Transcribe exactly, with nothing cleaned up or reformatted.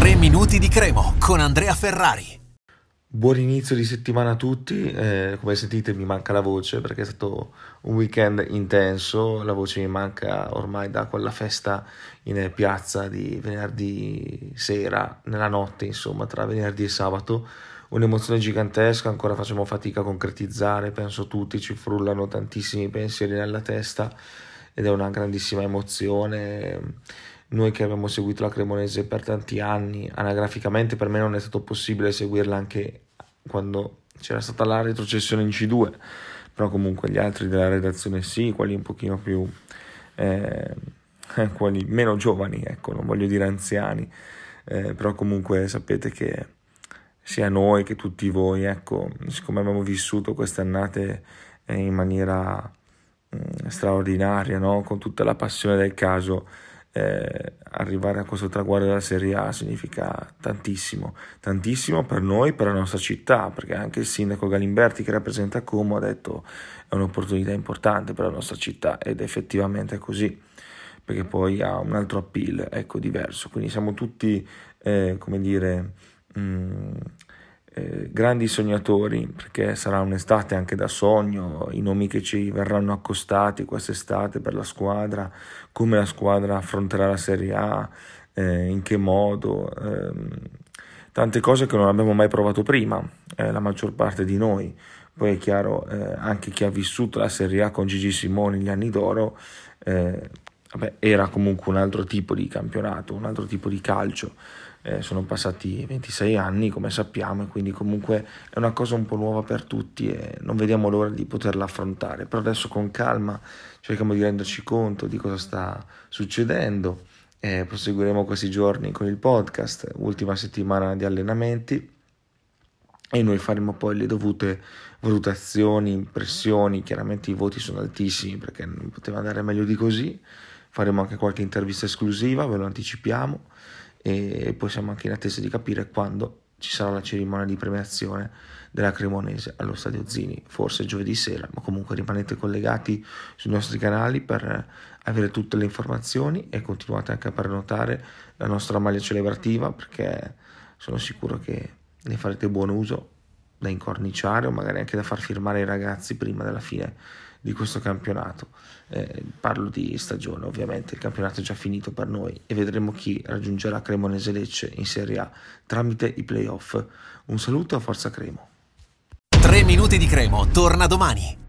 tre minuti di Cremo con Andrea Ferrari. Buon inizio di settimana a tutti, eh, come sentite mi manca la voce perché è stato un weekend intenso, la voce mi manca ormai da quella festa in piazza di venerdì sera, nella notte insomma, tra venerdì e sabato, un'emozione gigantesca, ancora facciamo fatica a concretizzare, penso tutti, ci frullano tantissimi pensieri nella testa ed è una grandissima emozione. Noi che abbiamo seguito la Cremonese per tanti anni, anagraficamente per me non è stato possibile seguirla anche quando c'era stata la retrocessione in C due, però comunque gli altri della redazione sì, quelli un pochino più, eh, quelli meno giovani, ecco, non voglio dire anziani, eh, però comunque sapete che sia noi che tutti voi, ecco, siccome abbiamo vissuto queste annate eh, in maniera mh, straordinaria, no? Con tutta la passione del caso, Eh, arrivare a questo traguardo della Serie A significa tantissimo, tantissimo per noi, per la nostra città, perché anche il sindaco Galimberti che rappresenta Como ha detto è un'opportunità importante per la nostra città ed effettivamente è così, perché poi ha un altro appeal, ecco, diverso, quindi siamo tutti, eh, come dire, mh, eh, grandi sognatori, perché sarà un'estate anche da sogno, i nomi che ci verranno accostati quest'estate per la squadra, come la squadra affronterà la Serie A, eh, in che modo, ehm, tante cose che non abbiamo mai provato prima, eh, la maggior parte di noi. Poi è chiaro, eh, anche chi ha vissuto la Serie A con Gigi Simoni gli anni d'oro, eh, vabbè, era comunque un altro tipo di campionato, un altro tipo di calcio. Eh, sono passati ventisei anni come sappiamo e quindi comunque è una cosa un po' nuova per tutti e non vediamo l'ora di poterla affrontare, però adesso con calma cerchiamo di renderci conto di cosa sta succedendo e proseguiremo questi giorni con il podcast, ultima settimana di allenamenti e noi faremo poi le dovute valutazioni, impressioni, chiaramente i voti sono altissimi perché non poteva andare meglio di così, faremo anche qualche intervista esclusiva, ve lo anticipiamo e poi siamo anche in attesa di capire quando ci sarà la cerimonia di premiazione della Cremonese allo Stadio Zini, forse giovedì sera, ma comunque rimanete collegati sui nostri canali per avere tutte le informazioni e continuate anche a prenotare la nostra maglia celebrativa perché sono sicuro che ne farete buon uso da incorniciare o magari anche da far firmare ai ragazzi prima della fine di questo campionato. Eh, parlo di stagione, ovviamente il campionato è già finito per noi e vedremo chi raggiungerà Cremonese Lecce in Serie A tramite i playoff. Un saluto a Forza Cremo. tre minuti di Cremo torna domani.